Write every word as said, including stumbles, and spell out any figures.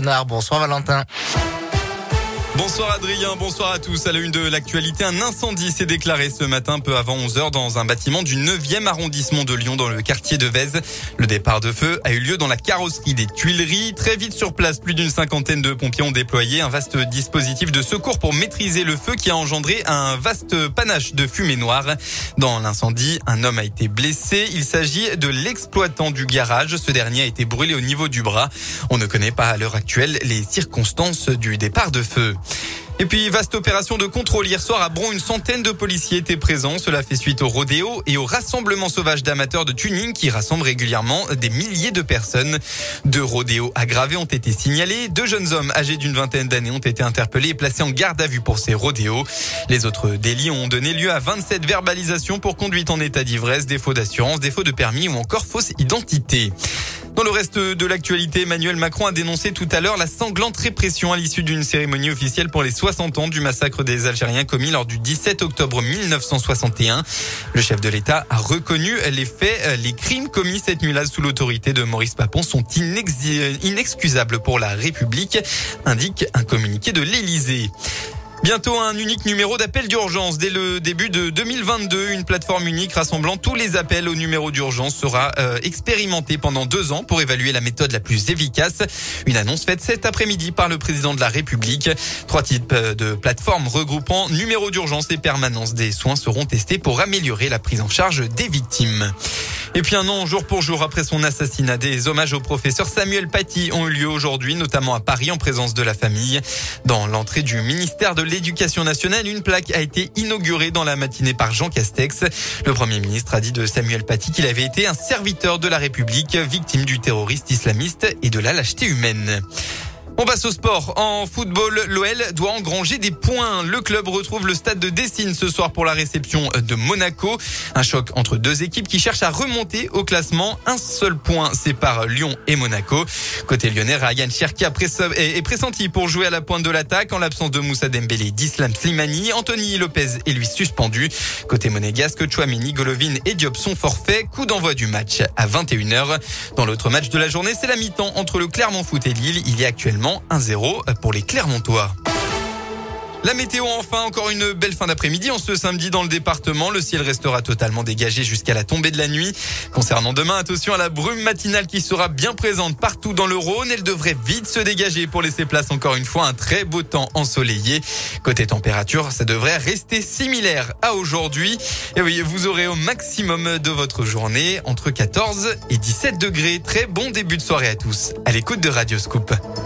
Saint-Léonard. Bonsoir Valentin. Bonsoir Adrien, bonsoir à tous. À la une de l'actualité, un incendie s'est déclaré ce matin peu avant onze heures dans un bâtiment du neuvième arrondissement de Lyon dans le quartier de Vèze. Le départ de feu a eu lieu dans la carrosserie des Tuileries. Très vite sur place, plus d'une cinquantaine de pompiers ont déployé un vaste dispositif de secours pour maîtriser le feu qui a engendré un vaste panache de fumée noire. Dans l'incendie, un homme a été blessé. Il s'agit de l'exploitant du garage. Ce dernier a été brûlé au niveau du bras. On ne connaît pas à l'heure actuelle les circonstances du départ de feu. Et puis, vaste opération de contrôle. Hier soir à Bron, une centaine de policiers étaient présents. Cela fait suite au rodéo et au rassemblement sauvage d'amateurs de tuning qui rassemblent régulièrement des milliers de personnes. Deux rodéos aggravés ont été signalés. Deux jeunes hommes âgés d'une vingtaine d'années ont été interpellés et placés en garde à vue pour ces rodéos. Les autres délits ont donné lieu à vingt-sept verbalisations pour conduite en état d'ivresse, défaut d'assurance, défaut de permis ou encore fausse identité. Dans le reste de l'actualité, Emmanuel Macron a dénoncé tout à l'heure la sanglante répression à l'issue d'une cérémonie officielle pour les soixante ans du massacre des Algériens commis lors du dix-sept octobre mille neuf cent soixante et un. Le chef de l'État a reconnu les faits. Les crimes commis cette nuit-là sous l'autorité de Maurice Papon sont inex- inexcusables pour la République, indique un communiqué de l'Élysée. Bientôt un unique numéro d'appel d'urgence. Dès le début de deux mille vingt-deux, une plateforme unique rassemblant tous les appels au numéro d'urgence sera euh, expérimentée pendant deux ans pour évaluer la méthode la plus efficace. Une annonce faite cet après-midi par le président de la République. Trois types de plateformes regroupant numéro d'urgence et permanence des soins seront testés pour améliorer la prise en charge des victimes. Et puis un an jour pour jour après son assassinat, des hommages au professeur Samuel Paty ont eu lieu aujourd'hui, notamment à Paris en présence de la famille. Dans l'entrée du ministère de l'Éducation nationale, une plaque a été inaugurée dans la matinée par Jean Castex. Le Premier ministre a dit de Samuel Paty qu'il avait été un serviteur de la République, victime du terroriste islamiste et de la lâcheté humaine. On passe au sport. En football, l'O L doit engranger des points. Le club retrouve le stade de Dessine ce soir pour la réception de Monaco. Un choc entre deux équipes qui cherchent à remonter au classement. Un seul point sépare Lyon et Monaco. Côté lyonnais, Ryan Cherki est pressenti pour jouer à la pointe de l'attaque en l'absence de Moussa Dembélé, d'Islam Slimani. Anthony Lopez est lui suspendu. Côté monégasque, Tchouaméni, Golovin et Diop sont forfaits. Coup d'envoi du match à vingt et une heures. Dans l'autre match de la journée, c'est la mi-temps entre le Clermont Foot et Lille. Il y a actuellement un zéro pour les Clermontois. La météo enfin, encore une belle fin d'après-midi. En ce samedi dans le département, le ciel restera totalement dégagé jusqu'à la tombée de la nuit. Concernant demain, attention à la brume matinale qui sera bien présente partout dans le Rhône. Elle devrait vite se dégager pour laisser place encore une fois à un très beau temps ensoleillé. Côté température, ça devrait rester similaire à aujourd'hui. Et oui, vous aurez au maximum de votre journée entre quatorze et dix-sept degrés. Très bon début de soirée à tous. À l'écoute de Radio Scoop.